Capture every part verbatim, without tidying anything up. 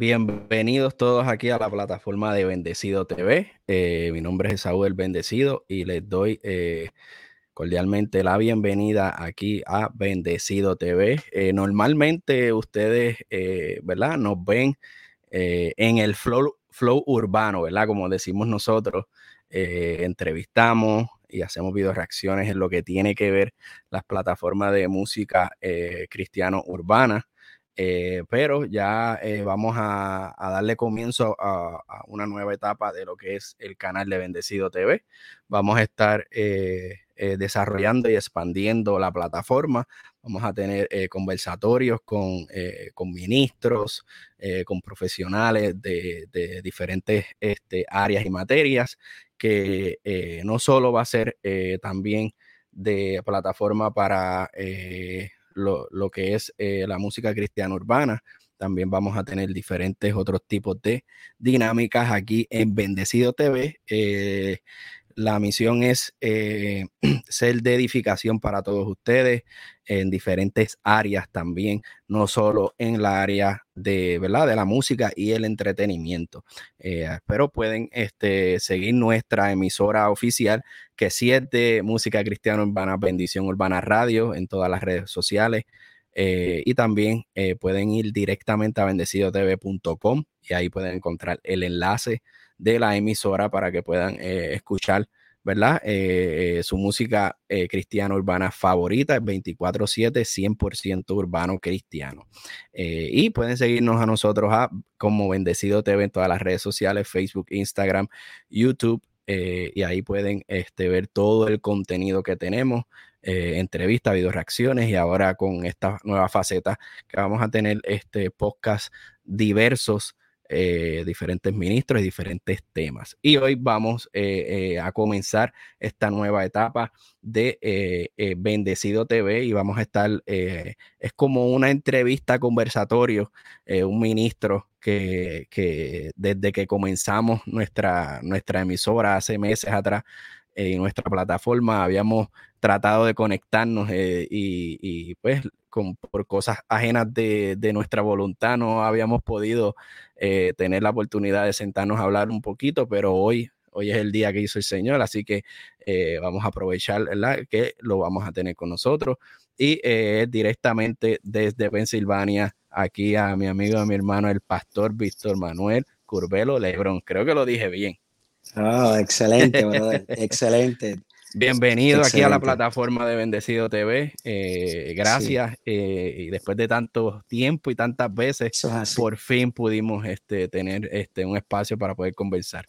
Bienvenidos todos aquí a la plataforma de Bendecido T V. Eh, mi nombre es Esaú el Bendecido y les doy eh, cordialmente la bienvenida aquí a Bendecido T V. Eh, normalmente ustedes, eh, ¿verdad? Nos ven eh, en el flow, flow urbano, ¿verdad? Como decimos nosotros, eh, entrevistamos y hacemos video reacciones en lo que tiene que ver las plataformas de música eh, cristiano urbana. Eh, pero ya eh, vamos a, a, darle comienzo a, a, una nueva etapa de lo que es el canal de Bendecido T V. Vamos a estar eh, eh, desarrollando y expandiendo la plataforma. Vamos a tener eh, conversatorios con, eh, con ministros, eh, con profesionales de, de diferentes este, áreas y materias, que eh, no solo va a ser eh, también de plataforma para eh, Lo, lo que es eh, la música cristiana urbana. También vamos a tener diferentes otros tipos de dinámicas aquí en Bendecido T V. Eh, la misión es eh, ser de edificación para todos ustedes en diferentes áreas también, no solo en la área de, ¿verdad? de la música y el entretenimiento. Eh, pero pueden este, seguir nuestra emisora oficial, que sí es de música cristiana urbana, Bendición Urbana Radio, en todas las redes sociales. Eh, y también eh, pueden ir directamente a bendecido t v punto com y ahí pueden encontrar el enlace de la emisora para que puedan eh, escuchar, ¿verdad? Eh, eh, su música eh, cristiana urbana favorita, es veinticuatro siete, cien por ciento urbano cristiano. Eh, y pueden seguirnos a nosotros a, como Bendecido T V en todas las redes sociales, Facebook, Instagram, YouTube, eh, y ahí pueden este, ver todo el contenido que tenemos, eh, entrevistas, video reacciones, y ahora con esta nueva faceta que vamos a tener este podcast diversos, Eh, diferentes ministros y diferentes temas. Y hoy vamos eh, eh, a comenzar esta nueva etapa de eh, eh, Bendecido T V y vamos a estar, eh, es como una entrevista conversatorio, eh, un ministro que, que desde que comenzamos nuestra, nuestra emisora hace meses atrás, en nuestra plataforma habíamos tratado de conectarnos eh, y, y pues con, por cosas ajenas de, de nuestra voluntad no habíamos podido eh, tener la oportunidad de sentarnos a hablar un poquito, pero hoy, hoy es el día que hizo el Señor, así que eh, vamos a aprovechar, ¿verdad? Que lo vamos a tener con nosotros y eh, directamente desde Pensilvania, aquí a mi amigo, a mi hermano, el pastor Víctor Manuel Curbelo Lebrón. Creo que lo dije bien. Oh, excelente, brother. Excelente. Bienvenido aquí a la Excelente. plataforma de Bendecido T V. Eh, Sí, gracias. Eh, y después de tanto tiempo y tantas veces, eso es así. por fin pudimos este, tener este, un espacio para poder conversar.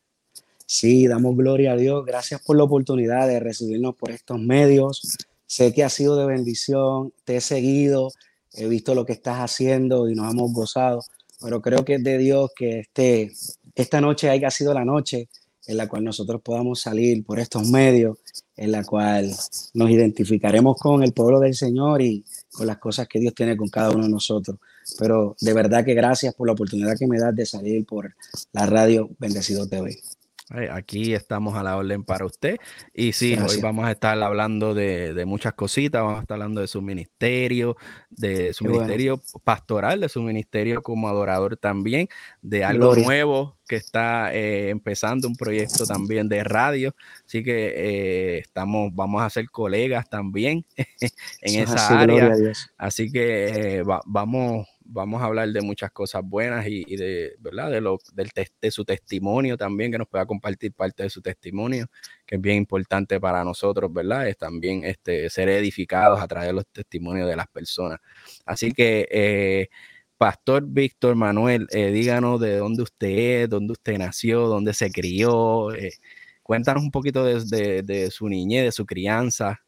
Sí, damos gloria a Dios. Gracias por la oportunidad de recibirnos por estos medios. Sé que ha sido de bendición. Te he seguido, he visto lo que estás haciendo y nos hemos gozado. Pero creo que es de Dios que este, esta noche haya sido la noche en la cual nosotros podamos salir por estos medios, en la cual nos identificaremos con el pueblo del Señor y con las cosas que Dios tiene con cada uno de nosotros. Pero de verdad que gracias por la oportunidad que me das de salir por la radio Bendecido T V. Aquí estamos a la orden para usted. Y sí, hoy Gracias. vamos a estar hablando de, de muchas cositas. Vamos a estar hablando de su ministerio, de su Qué bueno. ministerio pastoral, de su ministerio como adorador también, de algo Gloria. nuevo que está eh, empezando, un proyecto también de radio. Así que eh, estamos, vamos a ser colegas también en Eso es así, esa gloria área. a Dios. Así que eh, va, vamos vamos a hablar de muchas cosas buenas y, y de, ¿verdad? De, lo, del te, de su testimonio también, que nos pueda compartir parte de su testimonio, que es bien importante para nosotros, ¿verdad? Es también este, ser edificados a través de los testimonios de las personas. Así que, eh, Pastor Víctor Manuel, eh, díganos de dónde usted es, dónde usted nació, dónde se crió. Eh, cuéntanos un poquito de, de, de su niñez, de su crianza.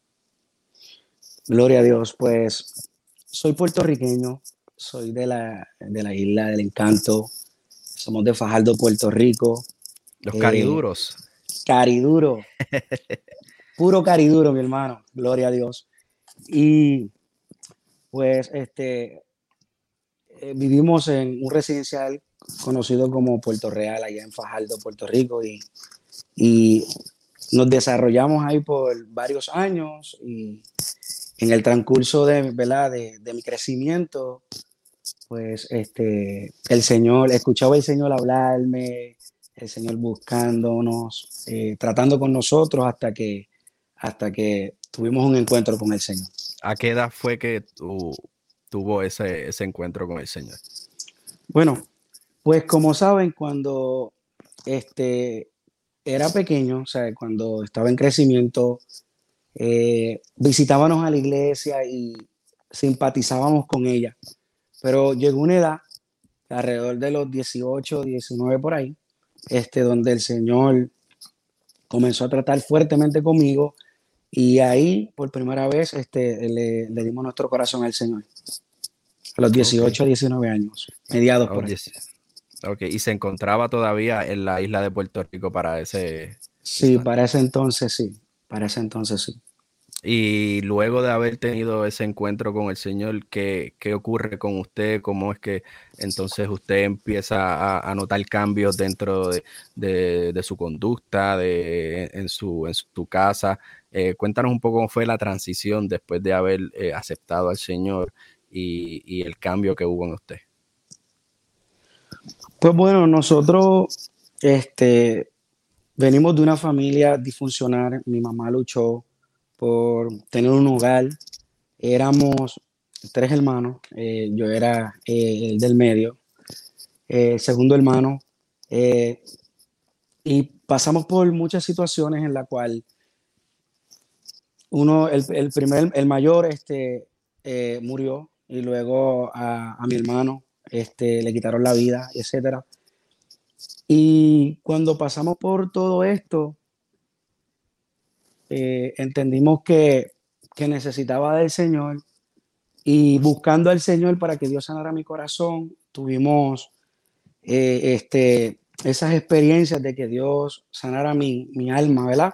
Gloria a Dios. Pues soy puertorriqueño, soy de la, de la isla del Encanto, somos de Fajardo, Puerto Rico. Los Eh, cariduros. Cariduro, puro cariduro, mi hermano, gloria a Dios. Y pues este, eh, vivimos en un residencial conocido como Puerto Real, allá en Fajardo, Puerto Rico, y, y nos desarrollamos ahí por varios años y en el transcurso de, ¿verdad? de, de mi crecimiento, pues este, el Señor, escuchaba el Señor hablarme, el Señor buscándonos, eh, tratando con nosotros hasta que, hasta que tuvimos un encuentro con el Señor. ¿A qué edad fue que tú tuvo ese, ese encuentro con el Señor? Bueno, pues como saben, cuando este, era pequeño, o sea, cuando estaba en crecimiento, eh, visitábamos a la iglesia y simpatizábamos con ella, pero llegó una edad, alrededor de los dieciocho, diecinueve por ahí, este, donde el Señor comenzó a tratar fuertemente conmigo y ahí por primera vez este, le, le dimos nuestro corazón al Señor, a los Ok. dieciocho, diecinueve años, mediados Oh, por ahí. diez. Ok, y se encontraba todavía en la isla de Puerto Rico para ese Sí, instante. para ese entonces sí, para ese entonces sí. Y luego de haber tenido ese encuentro con el Señor, ¿qué, qué ocurre con usted? ¿Cómo es que entonces usted empieza a, a notar cambios dentro de, de- de su conducta, de, en su, en su casa? Eh, cuéntanos un poco cómo fue la transición después de haber eh, aceptado al Señor y, y el cambio que hubo en usted. Pues bueno, nosotros este, venimos de una familia disfuncional. Mi mamá luchó por tener un hogar. Éramos tres hermanos. Eh, yo era eh, el del medio, eh, el segundo hermano. eh, y pasamos por muchas situaciones en la cual uno, el, el primer, el mayor, este, eh, murió y luego a, a mi hermano, este, le quitaron la vida, etcétera. Y cuando pasamos por todo esto, eh, entendimos que, que necesitaba del Señor y buscando al Señor para que Dios sanara mi corazón, tuvimos eh, este, esas experiencias de que Dios sanara mi, mi alma, ¿verdad?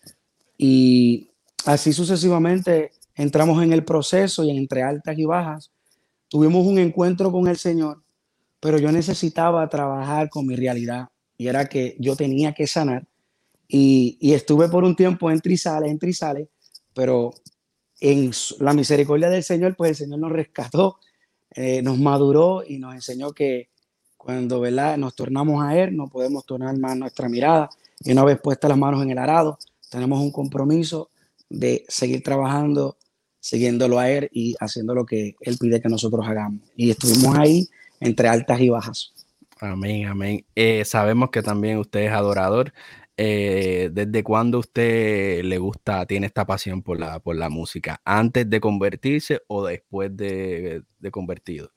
Y así sucesivamente entramos en el proceso y entre altas y bajas tuvimos un encuentro con el Señor, pero yo necesitaba trabajar con mi realidad y era que yo tenía que sanar y, y estuve por un tiempo entre y sale, entre y sale, pero en la misericordia del Señor, pues el Señor nos rescató, eh, nos maduró y nos enseñó que cuando, ¿verdad?, nos tornamos a Él, no podemos tornar más nuestra mirada y una vez puestas las manos en el arado, tenemos un compromiso de seguir trabajando, siguiéndolo a Él y haciendo lo que Él pide que nosotros hagamos. Y estuvimos ahí entre altas y bajas. Amén, amén. Eh, sabemos que también usted es adorador. Eh, ¿desde cuándo usted le gusta, tiene esta pasión por la, por la música? ¿Antes de convertirse o después de, de convertido?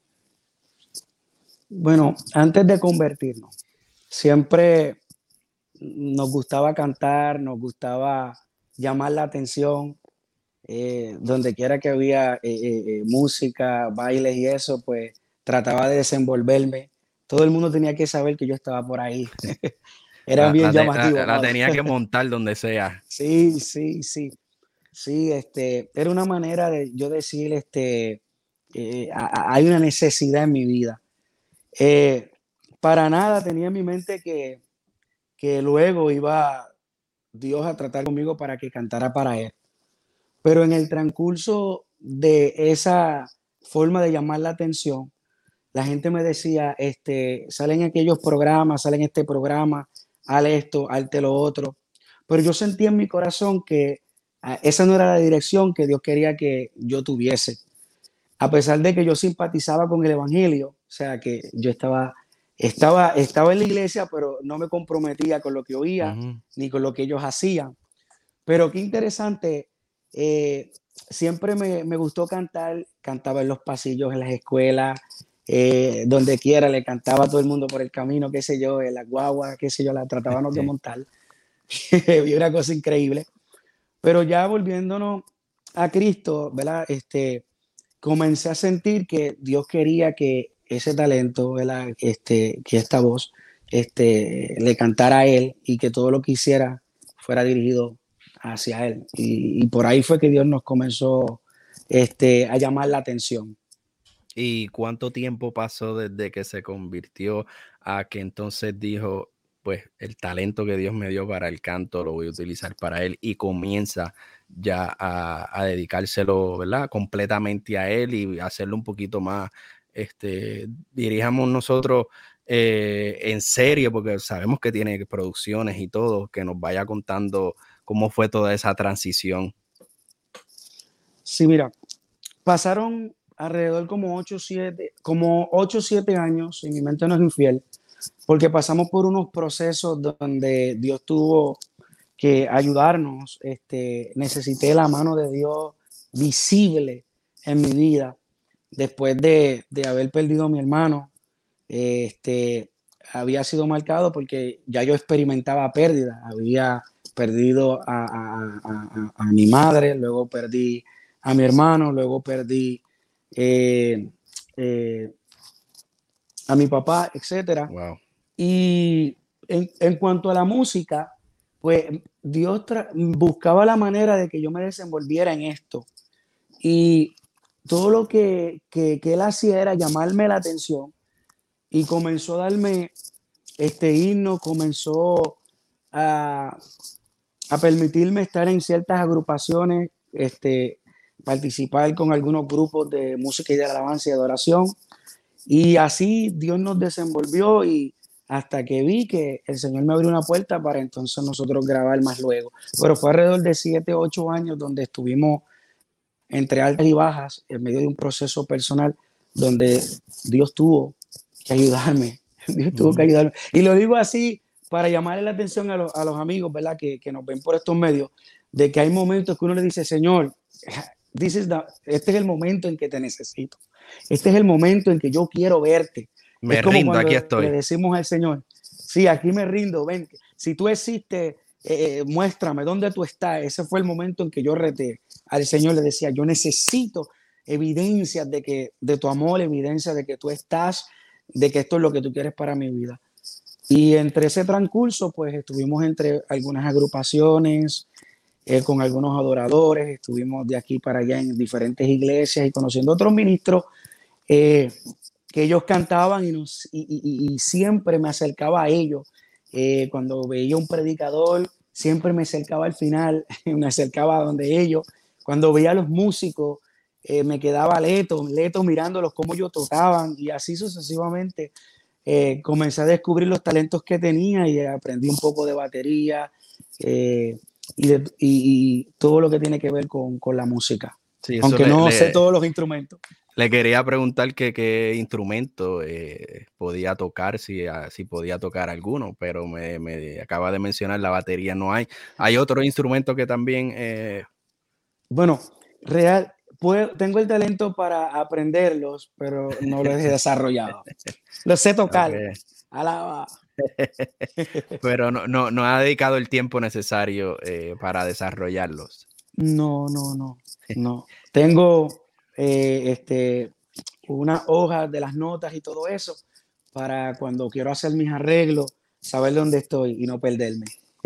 Bueno, antes de convertirnos, siempre nos gustaba cantar, nos gustaba llamar la atención, eh, donde quiera que había eh, eh, eh, música, bailes y eso, pues trataba de desenvolverme. Todo el mundo tenía que saber que yo estaba por ahí. Era La, bien la, te- llamativo, la- la ¿no? tenía que montar donde sea. Sí, sí, sí. Sí, este, era una manera de yo decir, este, eh, a- a- hay una necesidad en mi vida. Eh, para nada tenía en mi mente que, que luego iba Dios a tratar conmigo para que cantara para Él. Pero en el transcurso de esa forma de llamar la atención, la gente me decía, este, salen aquellos programas, salen este programa, haz esto, hazte lo otro. Pero yo sentí en mi corazón que ah, esa no era la dirección que Dios quería que yo tuviese. A pesar de que yo simpatizaba con el evangelio, o sea, que yo estaba, estaba, estaba en la iglesia, pero no me comprometía con lo que oía Ujú. ni con lo que ellos hacían. Pero qué interesante, eh, siempre me, me gustó cantar, cantaba en los pasillos, en las escuelas, eh, donde quiera, le cantaba a todo el mundo por el camino, qué sé yo, en la guagua, qué sé yo, la tratábamos de montar. Y una cosa increíble. Pero ya volviéndonos a Cristo, ¿verdad? Este, comencé a sentir que Dios quería que ese talento, ¿verdad? Este, que esta voz, este, le cantara a Él y que todo lo que hiciera fuera dirigido hacia Él. Y, y por ahí fue que Dios nos comenzó este, a llamar la atención. ¿Y cuánto tiempo pasó desde que se convirtió a que entonces dijo, pues el talento que Dios me dio para el canto lo voy a utilizar para Él y comienza ya a, a dedicárselo, ¿verdad? Completamente a Él y hacerlo un poquito más este, dirijamos nosotros eh, en serie, porque sabemos que tiene producciones y todo, que nos vaya contando cómo fue toda esa transición. Sí, mira, pasaron alrededor como ocho siete como ocho siete años, y mi mente no es infiel, porque pasamos por unos procesos donde Dios tuvo que ayudarnos. Este, necesité la mano de Dios visible en mi vida después de, de haber perdido a mi hermano. Este, había sido marcado porque ya yo experimentaba pérdida. Había perdido a, a, a, a mi madre, luego perdí a mi hermano, luego perdí eh, eh, a mi papá, etcétera. Wow. Y en, en cuanto a la música, pues Dios buscaba la manera de que yo me desenvolviera en esto. Y todo lo que, que, que él hacía era llamarme la atención, y comenzó a darme este himno, comenzó a, a permitirme estar en ciertas agrupaciones, este, participar con algunos grupos de música y de alabanza y adoración. Y así Dios nos desenvolvió, y hasta que vi que el Señor me abrió una puerta para entonces nosotros grabar más luego. Pero fue alrededor de siete, ocho años donde estuvimos entre altas y bajas en medio de un proceso personal donde Dios tuvo que ayudarme. Dios tuvo que ayudarme. Y lo digo así para llamarle la atención a, lo, a los amigos, ¿verdad? Que, que nos ven por estos medios, de que hay momentos que uno le dice, Señor, this is the, este es el momento en que te necesito. Este es el momento en que yo quiero verte. Me es como rindo, cuando aquí estoy. le decimos al Señor, sí, aquí me rindo, ven, si tú existes, eh, muéstrame dónde tú estás. Ese fue el momento en que yo reté al Señor, le decía, yo necesito evidencias de, que, de tu amor, evidencias de que tú estás, de que esto es lo que tú quieres para mi vida. Y entre ese transcurso, pues estuvimos entre algunas agrupaciones, eh, con algunos adoradores, estuvimos de aquí para allá en diferentes iglesias y conociendo otros ministros eh, que ellos cantaban, y, nos, y, y, y siempre me acercaba a ellos. Eh, cuando veía un predicador, siempre me acercaba al final, me acercaba a donde ellos. Cuando veía a los músicos, eh, me quedaba leto, leto mirándolos cómo ellos tocaban, y así sucesivamente. Eh, comencé a descubrir los talentos que tenía, y aprendí un poco de batería eh, y, de, y, y todo lo que tiene que ver con, con la música. Sí, eso aunque le, no le, sé todos los instrumentos. Le quería preguntar que, qué instrumento eh, podía tocar, si, si podía tocar alguno, pero me, me acaba de mencionar la batería. No hay. ¿Hay otro instrumento que también? Eh... Bueno, real, puedo, tengo el talento para aprenderlos, pero no lo he desarrollado. Lo sé tocar. Okay. Alaba. Pero no, no, no ha dedicado el tiempo necesario eh, para desarrollarlos. No, no, no, no. Tengo eh, este, una hoja de las notas y todo eso para cuando quiero hacer mis arreglos, saber dónde estoy y no perderme.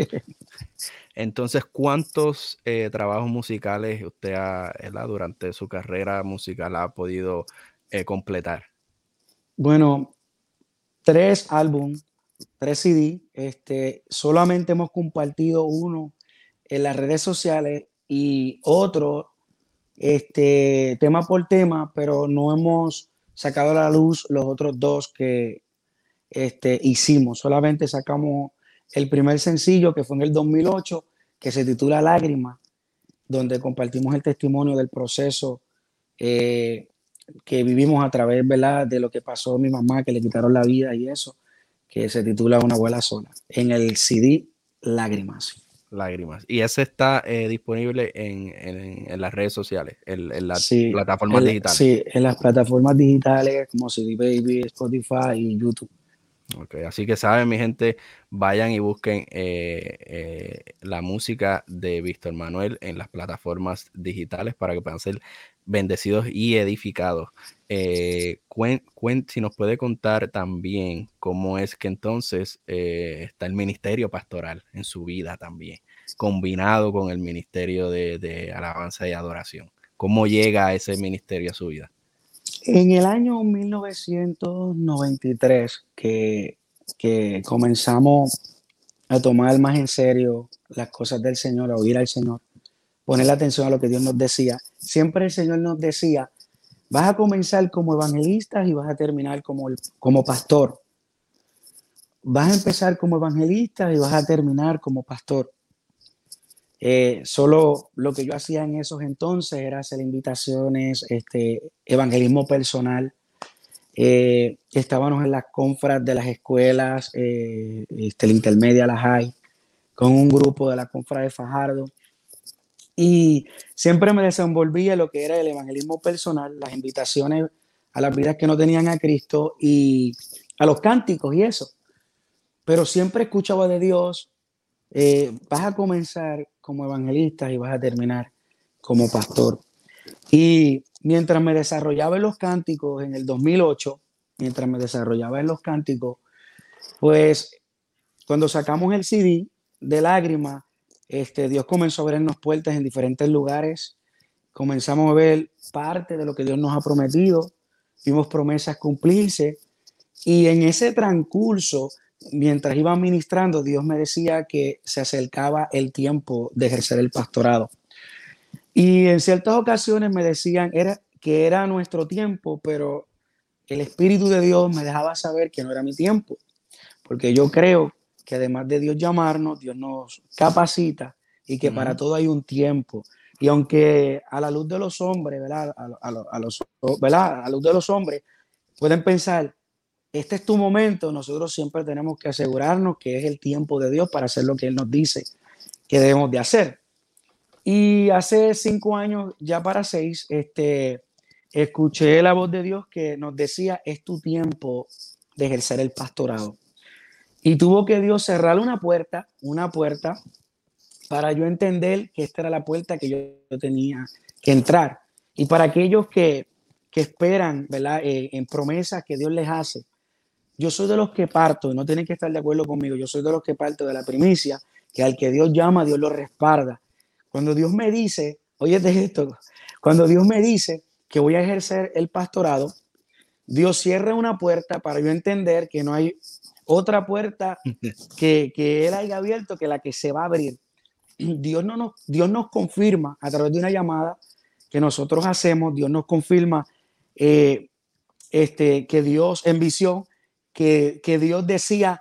Entonces, ¿cuántos eh, trabajos musicales usted ha, ¿verdad? Durante su carrera musical ha podido eh, completar? Bueno, tres álbumes, tres C D. Este, solamente hemos compartido uno en las redes sociales y otro este, tema por tema, pero no hemos sacado a la luz los otros dos que este, hicimos. Solamente sacamos el primer sencillo, que fue en el dos mil ocho, que se titula Lágrimas, donde compartimos el testimonio del proceso eh, que vivimos a través, ¿verdad?, de lo que pasó a mi mamá, que le quitaron la vida y eso, que se titula Una abuela sola, en el C D Lágrimas. Lágrimas. Y ese está eh, disponible en, en, en las redes sociales, en, en las sí, plataformas el, digitales. Sí, en las plataformas digitales como C D Baby, Spotify y YouTube. Okay, así que saben, mi gente, vayan y busquen eh, eh, la música de Víctor Manuel en las plataformas digitales para que puedan ser bendecidos y edificados. Eh, cuen, cuen, si nos puede contar también cómo es que entonces eh, está el ministerio pastoral en su vida también, combinado con el ministerio de, de alabanza y adoración. ¿Cómo llega ese ministerio a su vida? En el año mil novecientos noventa y tres que, que comenzamos a tomar más en serio las cosas del Señor, a oír al Señor, poner la atención a lo que Dios nos decía. Siempre el Señor nos decía, Vas a comenzar como evangelista y vas a terminar como, el, como pastor. Vas a empezar como evangelista y vas a terminar como pastor. Eh, solo lo que yo hacía en esos entonces era hacer invitaciones, este, evangelismo personal. Eh, estábamos en las confras de las escuelas, eh, este, la intermedia, la high, con un grupo de la confra de Fajardo. Y siempre me desenvolvía en lo que era el evangelismo personal, las invitaciones a las vidas que no tenían a Cristo y a los cánticos y eso. Pero siempre escuchaba de Dios, eh, vas a comenzar como evangelista y vas a terminar como pastor. Y mientras me desarrollaba en los cánticos en el dos mil ocho, mientras me desarrollaba en los cánticos, pues cuando sacamos el C D de Lágrimas, este, Dios comenzó a abrirnos puertas en diferentes lugares. Comenzamos a ver parte de lo que Dios nos ha prometido, vimos promesas cumplirse y en ese transcurso, mientras iba ministrando, Dios me decía que se acercaba el tiempo de ejercer el pastorado. Y en ciertas ocasiones me decían era, que era nuestro tiempo, pero el Espíritu de Dios me dejaba saber que no era mi tiempo, porque yo creo que además de Dios llamarnos, Dios nos capacita y que uh-huh. para todo hay un tiempo. Y aunque a la luz de los hombres, ¿verdad? A, a, a, los, ¿verdad? A la luz de los hombres pueden pensar, este es tu momento, nosotros siempre tenemos que asegurarnos que es el tiempo de Dios para hacer lo que Él nos dice que debemos de hacer. Y hace cinco años, ya para seis, este, escuché la voz de Dios que nos decía, es tu tiempo de ejercer el pastorado. Y tuvo que Dios cerrar una puerta, una puerta, para yo entender que esta era la puerta que yo tenía que entrar. Y para aquellos que, que esperan, ¿verdad? Eh, en promesas que Dios les hace, yo soy de los que parto, y no tienen que estar de acuerdo conmigo, yo soy de los que parto de la primicia, que al que Dios llama, Dios lo respalda. Cuando Dios me dice, oye de esto, cuando Dios me dice que voy a ejercer el pastorado, Dios cierra una puerta para yo entender que no hay otra puerta que, que Él haya abierto que la que se va a abrir. Dios, no nos, Dios nos confirma a través de una llamada que nosotros hacemos, Dios nos confirma eh, este, que Dios en visión, que, que Dios decía,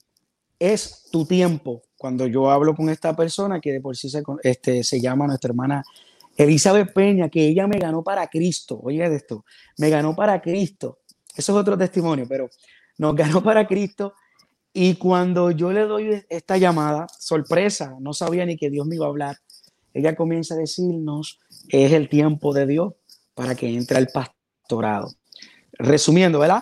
es tu tiempo. Cuando yo hablo con esta persona que de por sí se, este, se llama nuestra hermana Elizabeth Peña, que ella me ganó para Cristo, oye de esto, me ganó para Cristo, eso es otro testimonio, pero nos ganó para Cristo. Y cuando yo le doy esta llamada, sorpresa, no sabía ni que Dios me iba a hablar, ella comienza a decirnos que es el tiempo de Dios para que entre al pastorado. Resumiendo, ¿verdad?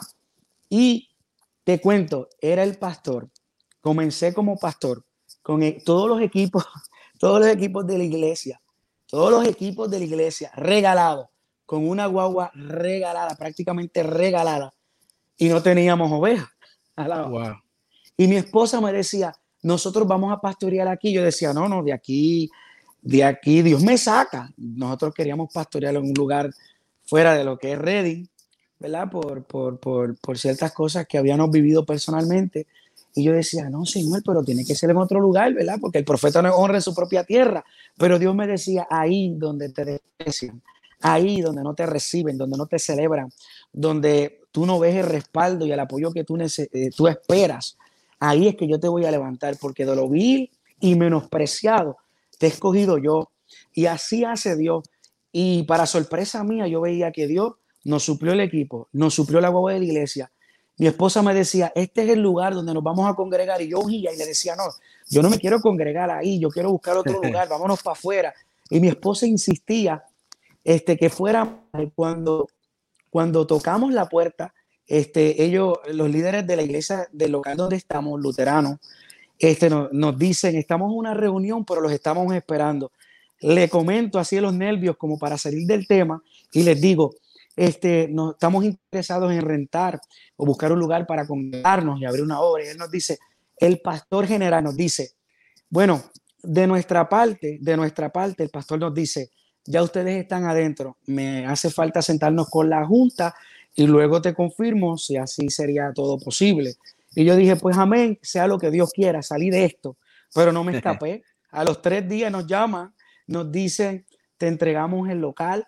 Y te cuento, era el pastor, comencé como pastor, con el, todos los equipos, todos los equipos de la iglesia, todos los equipos de la iglesia regalados, con una guagua regalada, prácticamente regalada, y no teníamos ovejas. Wow. Y mi esposa me decía, nosotros vamos a pastorear aquí. Yo decía, no, no, de aquí, de aquí Dios me saca. Nosotros queríamos pastorear en un lugar fuera de lo que es Redding, ¿verdad? Por, por, por, por ciertas cosas que habíamos vivido personalmente. Y yo decía, no, Señor, pero tiene que ser en otro lugar, ¿verdad? Porque el profeta no honra en su propia tierra. Pero Dios me decía, ahí donde te desprecian, ahí donde no te reciben, donde no te celebran, donde tú no ves el respaldo y el apoyo que tú, eh, tú esperas, ahí es que yo te voy a levantar, porque de lo vil y menospreciado te he escogido yo. Y así hace Dios. Y para sorpresa mía, yo veía que Dios nos suplió el equipo, nos suplió la guagua de la iglesia. Mi esposa me decía, este es el lugar donde nos vamos a congregar. Y yo huía y le decía, no, yo no me quiero congregar ahí, yo quiero buscar otro lugar, vámonos para afuera. Y mi esposa insistía este, que fuera cuando, cuando tocamos la puerta, este, ellos, los líderes de la iglesia del local donde estamos, luteranos, este, nos, nos dicen, estamos en una reunión, pero los estamos esperando. Le comento así de los nervios como para salir del tema y les digo, este, no, estamos interesados en rentar o buscar un lugar para congregarnos y abrir una obra. Y él nos dice, el pastor general nos dice, bueno, de nuestra parte, de nuestra parte, el pastor nos dice, ya ustedes están adentro, me hace falta sentarnos con la junta y luego te confirmo si así sería todo posible. Y yo dije, pues amén, sea lo que Dios quiera, salí de esto, pero no me escapé. A los tres días nos llaman, nos dicen, te entregamos el local,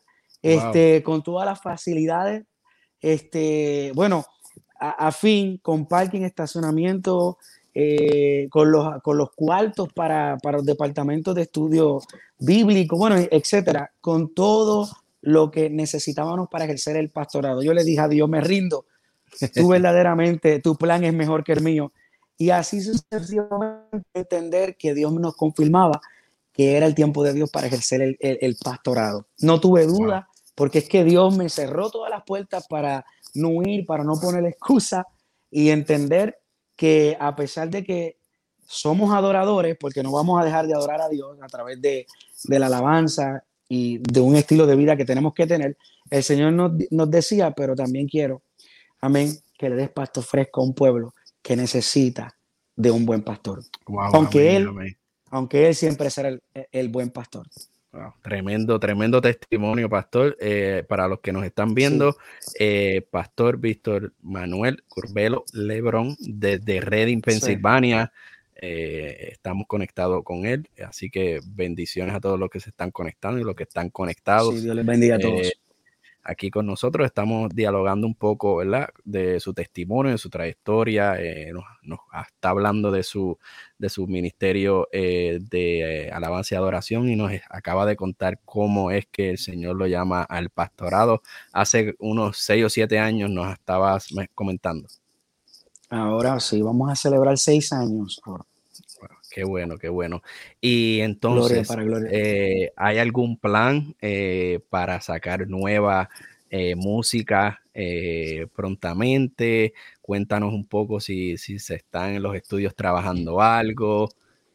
Wow. este, con todas las facilidades, este, bueno, a, a fin, con parking, estacionamiento, eh, con, los, con los cuartos para, para los departamentos de estudio bíblico, bueno, etcétera, con todo lo que necesitábamos para ejercer el pastorado. Yo le dije a Dios, me rindo, tú verdaderamente, tu plan es mejor que el mío. Y así sucesivamente entender que Dios nos confirmaba que era el tiempo de Dios para ejercer el, el, el pastorado. No tuve Wow. duda, porque es que Dios me cerró todas las puertas para no huir, para no poner excusa y entender que a pesar de que somos adoradores, porque no vamos a dejar de adorar a Dios a través de, de la alabanza y de un estilo de vida que tenemos que tener, el Señor nos, nos decía, pero también quiero, amén, que le des pasto fresco a un pueblo que necesita de un buen pastor. Wow, Aunque amén, él, amén. aunque él siempre será el, el buen pastor. Wow, tremendo, tremendo testimonio, Pastor. Eh, para los que nos están Sí, viendo, eh, Pastor Víctor Manuel Curbelo Lebrón, desde Reading, sí, Pensilvania. Eh, estamos conectados con él, así que bendiciones a todos los que se están conectando y los que están sí, conectados. Dios les bendiga a Eh, todos. aquí con nosotros. Estamos dialogando un poco, ¿verdad? De su testimonio, de su trayectoria. Eh, nos, nos está hablando de su, de su ministerio eh, de eh, alabanza y adoración y nos acaba de contar cómo es que el Señor lo llama al pastorado. Hace unos seis o siete años nos estabas comentando. Ahora sí, vamos a celebrar seis años. Ahora. Bueno, qué bueno, qué bueno. Y Gloria entonces, para gloria. eh, ¿hay algún plan eh, para sacar nueva eh, música eh, prontamente? Cuéntanos un poco si, si se están en los estudios trabajando algo.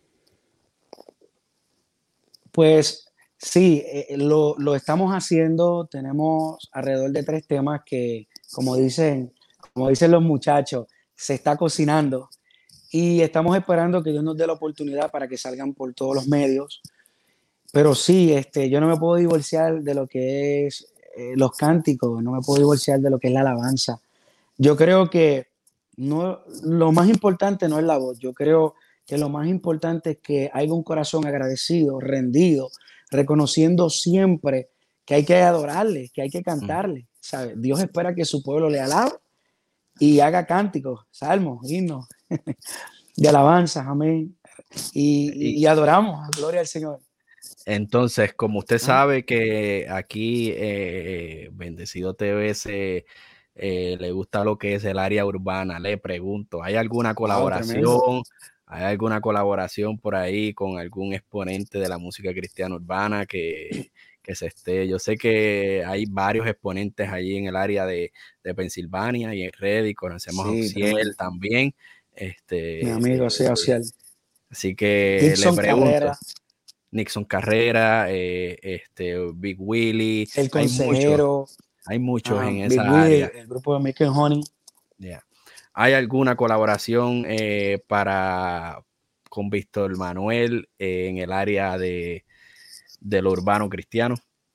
Pues sí, eh, lo, lo estamos haciendo. Tenemos alrededor de tres temas que, como dicen, como dicen los muchachos, se está cocinando. Y estamos esperando que Dios nos dé la oportunidad para que salgan por todos los medios. Pero sí, este, yo no me puedo divorciar de lo que es eh, los cánticos, no me puedo divorciar de lo que es la alabanza. Yo creo que no, lo más importante no es la voz, yo creo que lo más importante es que haya un corazón agradecido, rendido, reconociendo siempre que hay que adorarle, que hay que Mm. cantarle. ¿Sabe? Dios espera que su pueblo le alabe y haga cánticos, salmos, himnos de alabanza, amén. Y, Y y, y adoramos, gloria al Señor. entonces, como usted ¿Ah? sabe que aquí eh, Bendecido T V se, eh, le gusta lo que es el área urbana, le pregunto, ¿hay alguna Wow, tremendo. colaboración? ¿Hay alguna colaboración por ahí con algún exponente de la música cristiana urbana que, que se esté? Yo sé que hay varios exponentes allí en el área de, de Pensilvania y en Reddit, conocemos a Sí, Uziel tremendo. también. Mi Este, amigo, eh, sí, Ociel. así que le Dixon pregunto. Carrera, Nixon Carrera, eh, este, Big Willy, el hay muchos, consejero, hay muchos uh, en Big esa Willy, el, área. el grupo de Milk and Honey. Yeah. ¿Hay alguna colaboración eh, para con Víctor Manuel eh, en el área de, de lo urbano cristiano?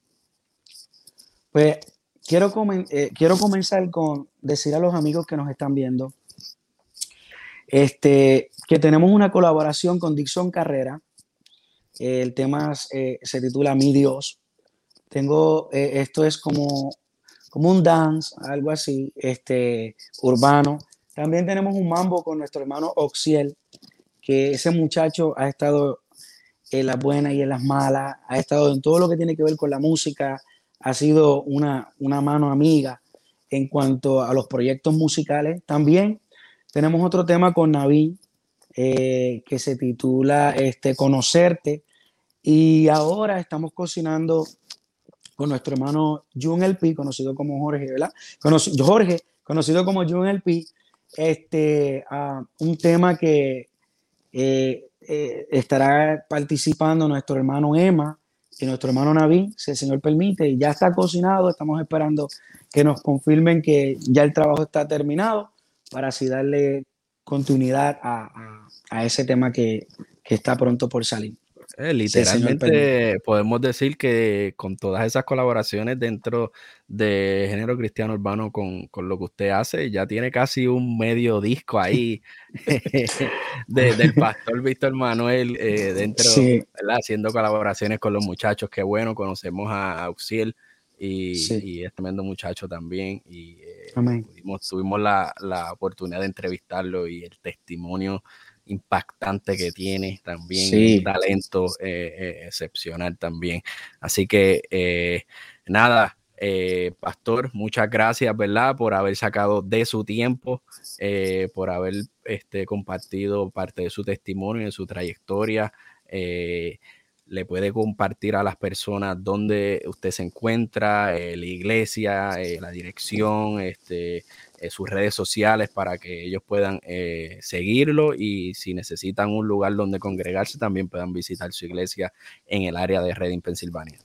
Pues quiero, comen, eh, quiero comenzar con decir a los amigos que nos están viendo este, que tenemos una colaboración con Dixon Carrera. Eh, el tema eh, se titula Mi Dios. Tengo, eh, esto es como, como un dance, algo así, este, urbano. También tenemos un mambo con nuestro hermano Oxiel, que ese muchacho ha estado en las buenas y en las malas, ha estado en todo lo que tiene que ver con la música, ha sido una, una mano amiga en cuanto a los proyectos musicales. También tenemos otro tema con Naví, eh, que se titula este, Conocerte, y ahora estamos cocinando con nuestro hermano Jun L P, conocido como Jorge, ¿verdad? Conoc Jorge, conocido como Jun L P, este, uh, un tema que eh, eh, estará participando nuestro hermano Emma y nuestro hermano Naví, si el Señor permite, y ya está cocinado, estamos esperando que nos confirmen que ya el trabajo está terminado para así darle continuidad a, a, a ese tema que, que está pronto por salir, Eh, si el Señor permite. literalmente podemos decir que con todas esas colaboraciones dentro de género cristiano urbano con, con lo que usted hace, ya tiene casi un medio disco ahí de, del pastor Víctor Manuel eh, dentro, Sí, ¿verdad? Haciendo colaboraciones con los muchachos. Qué bueno, conocemos a Auxiel y, Sí. y es tremendo muchacho también. Y eh, Amén. pudimos, tuvimos la, la oportunidad de entrevistarlo y el testimonio impactante que tiene también, y un Sí. talento eh, eh, excepcional también. Así que eh, nada, eh, pastor, muchas gracias, ¿verdad? Por haber sacado de su tiempo, eh, por haber este, compartido parte de su testimonio, de su trayectoria. Eh, le puede compartir a las personas dónde usted se encuentra, eh, la iglesia, eh, la dirección, este, eh, sus redes sociales, para que ellos puedan eh, seguirlo, y si necesitan un lugar donde congregarse, también puedan visitar su iglesia en el área de Reading, Pensilvania.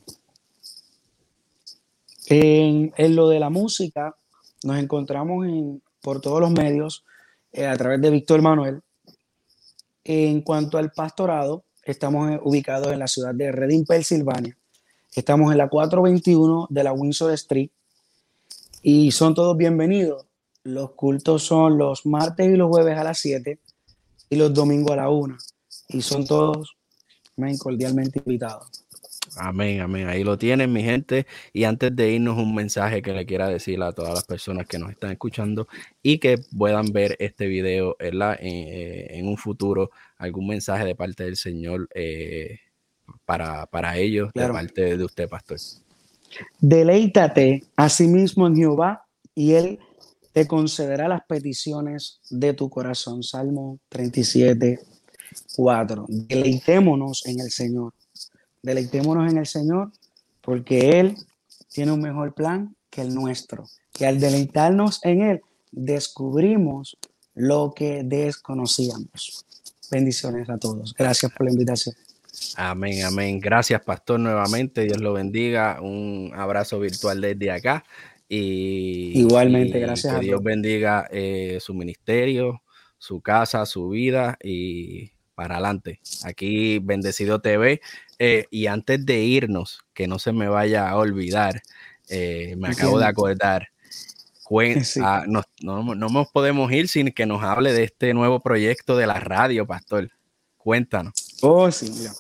En, en lo de la música, nos encontramos en, por todos los medios eh, a través de Víctor Manuel. En cuanto al pastorado, estamos eh, ubicados en la ciudad de Reading, Pensilvania. Estamos en la cuatrocientos veintiuno de la Windsor Street y son todos bienvenidos. Los cultos son los martes y los jueves a las siete y los domingos a la una. Y son todos amén, cordialmente invitados. Amén, amén. Ahí lo tienen, mi gente. Y antes de irnos, un mensaje que le quiera decir a todas las personas que nos están escuchando y que puedan ver este video en, la, en, en un futuro, algún mensaje de parte del Señor eh, para, para ellos, de Claro. parte de usted, pastor. Deleítate a sí mismo en Jehová y Él te concederá las peticiones de tu corazón. Salmo treinta y siete, cuatro. Deleitémonos en el Señor. Deleitémonos en el Señor porque Él tiene un mejor plan que el nuestro. Y al deleitarnos en Él, descubrimos lo que desconocíamos. Bendiciones a todos. Gracias por la invitación. Amén, amén. Gracias, pastor, nuevamente. Dios lo bendiga. Un abrazo virtual desde acá. Y, Igualmente, y gracias que a Dios todos. bendiga eh, su ministerio, su casa, su vida, y para adelante. Aquí Bendecido T V. Eh, y antes de irnos, que no se me vaya a olvidar, eh, me acabo de acordar. Cuen, Sí. ah, no, no, no nos podemos ir sin que nos hable de este nuevo proyecto de la radio, pastor. Cuéntanos. Oh, sí, mira.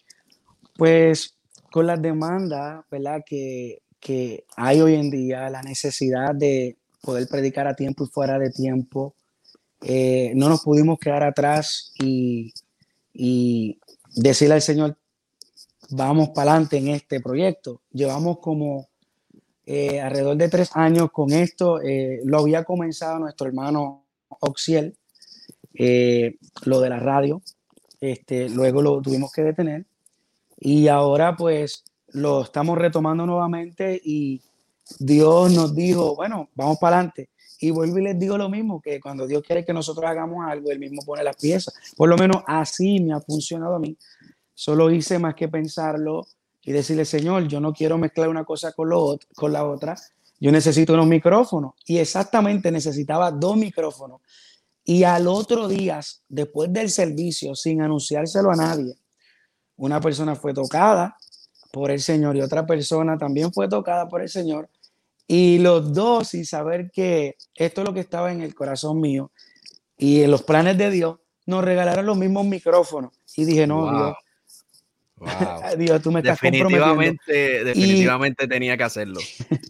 Pues con las demandas, ¿verdad? Que, que hay hoy en día, la necesidad de poder predicar a tiempo y fuera de tiempo, eh, no nos pudimos quedar atrás y, y decirle al Señor, vamos para adelante en este proyecto. Llevamos como eh, alrededor de tres años con esto. Eh, lo había comenzado nuestro hermano Oxiel, eh, lo de la radio. Este, luego lo tuvimos que detener. Y ahora pues lo estamos retomando nuevamente y Dios nos dijo, bueno, vamos para adelante. Y vuelvo y les digo lo mismo, que cuando Dios quiere que nosotros hagamos algo, Él mismo pone las piezas. Por lo menos así me ha funcionado a mí. Solo hice más que pensarlo y decirle, Señor, yo no quiero mezclar una cosa con, lo, con la otra. Yo necesito unos micrófonos. Y exactamente necesitaba dos micrófonos. Y al otro día, después del servicio, sin anunciárselo a nadie, una persona fue tocada por el Señor y otra persona también fue tocada por el Señor. Y los dos, sin saber que esto es lo que estaba en el corazón mío y en los planes de Dios, nos regalaron los mismos micrófonos. Y dije, no, Wow. Dios, Wow. Dios, tú me estás comprometiendo. Definitivamente, Y definitivamente tenía que hacerlo.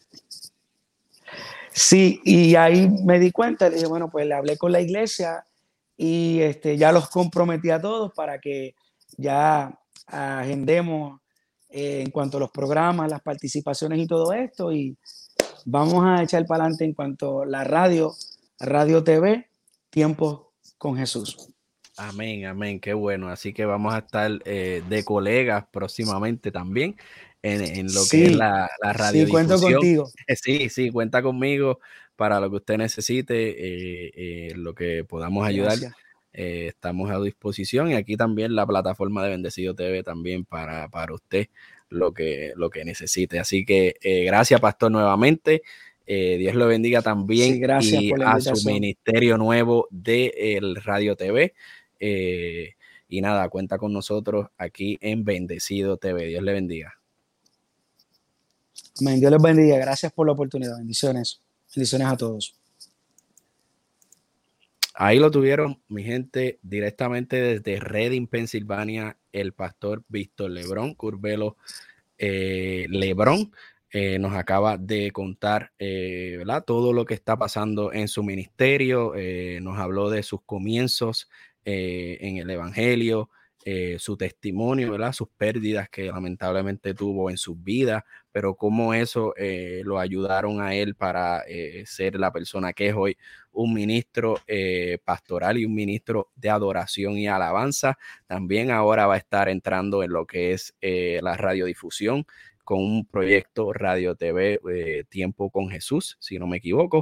sí, y ahí me di cuenta, le dije, bueno, pues le hablé con la iglesia y este, ya los comprometí a todos para que ya agendemos eh, en cuanto a los programas, las participaciones y todo esto. Y vamos a echar para adelante en cuanto a la radio, Radio T V, Tiempos con Jesús. Amén, amén, qué bueno. Así que vamos a estar eh, de colegas próximamente también en, en lo que es Sí, la, la sí, cuento radiodifusión. contigo. Sí, sí, cuenta conmigo para lo que usted necesite, eh, eh, lo que podamos ayudar. Gracias. Eh, estamos a disposición, y aquí también la plataforma de Bendecido T V también para, para usted lo que, lo que necesite. Así que eh, gracias, pastor, nuevamente. Eh, Dios lo bendiga también, Sí, gracias y por la a su invitación. ministerio nuevo de el Radio T V. Eh, y nada, cuenta con nosotros aquí en Bendecido T V. Dios le bendiga. Amén. Dios les bendiga. Gracias por la oportunidad. Bendiciones. Bendiciones a todos. Ahí lo tuvieron, mi gente, directamente desde Reading, Pensilvania, el pastor Víctor Lebrón Curbelo eh, Lebrón. Eh, nos acaba de contar eh, ¿verdad? Todo lo que está pasando en su ministerio. Eh, nos habló de sus comienzos eh, en el Evangelio, eh, su testimonio, ¿verdad? Sus pérdidas que lamentablemente tuvo en su vida, pero cómo eso eh, lo ayudaron a él para eh, ser la persona que es hoy, un ministro eh, pastoral y un ministro de adoración y alabanza. También ahora va a estar entrando en lo que es eh, la radiodifusión con un proyecto Radio T V, eh, Tiempo con Jesús, si no me equivoco.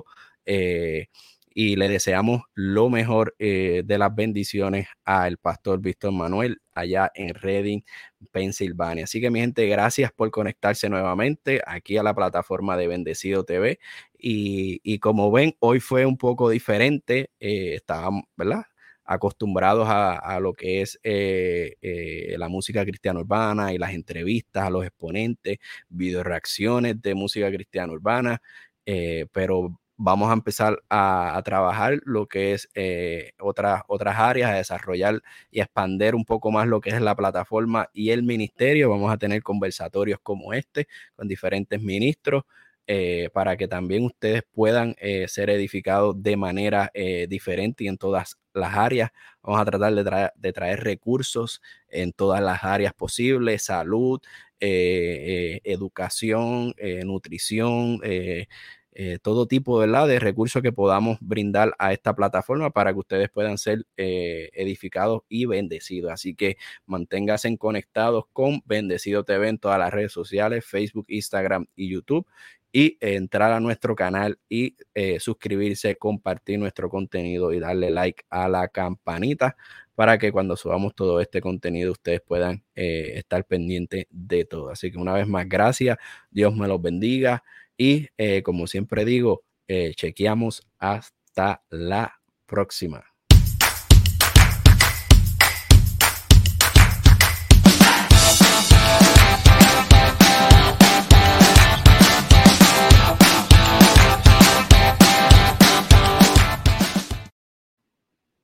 Eh, y le deseamos lo mejor eh, de las bendiciones al pastor Víctor Manuel allá en Reading, Pensilvania. Así que mi gente, gracias por conectarse nuevamente aquí a la plataforma de Bendecido T V. Y, y como ven, hoy fue un poco diferente. Eh, estábamos, ¿verdad? Acostumbrados a, a, lo que es eh, eh, la música cristiana urbana y las entrevistas a los exponentes, video reacciones de música cristiana urbana, eh, pero vamos a empezar a, a trabajar lo que es eh, otras, otras áreas, a desarrollar y a expandir un poco más lo que es la plataforma y el ministerio. Vamos a tener conversatorios como este con diferentes ministros, Eh, para que también ustedes puedan eh, ser edificados de manera eh, diferente y en todas las áreas. Vamos a tratar de, tra de traer recursos en todas las áreas posibles: salud, eh, eh, educación, eh, nutrición, eh, eh, todo tipo, ¿verdad?, de recursos que podamos brindar a esta plataforma para que ustedes puedan ser eh, edificados y bendecidos. Así que manténganse conectados con Bendecido T V en todas las redes sociales: Facebook, Instagram y YouTube. Y eh, entrar a nuestro canal y eh, suscribirse, compartir nuestro contenido y darle like a la campanita para que cuando subamos todo este contenido ustedes puedan eh, estar pendientes de todo. Así que una vez más, gracias. Dios me los bendiga. Y eh, como siempre digo, eh, chequeamos hasta la próxima.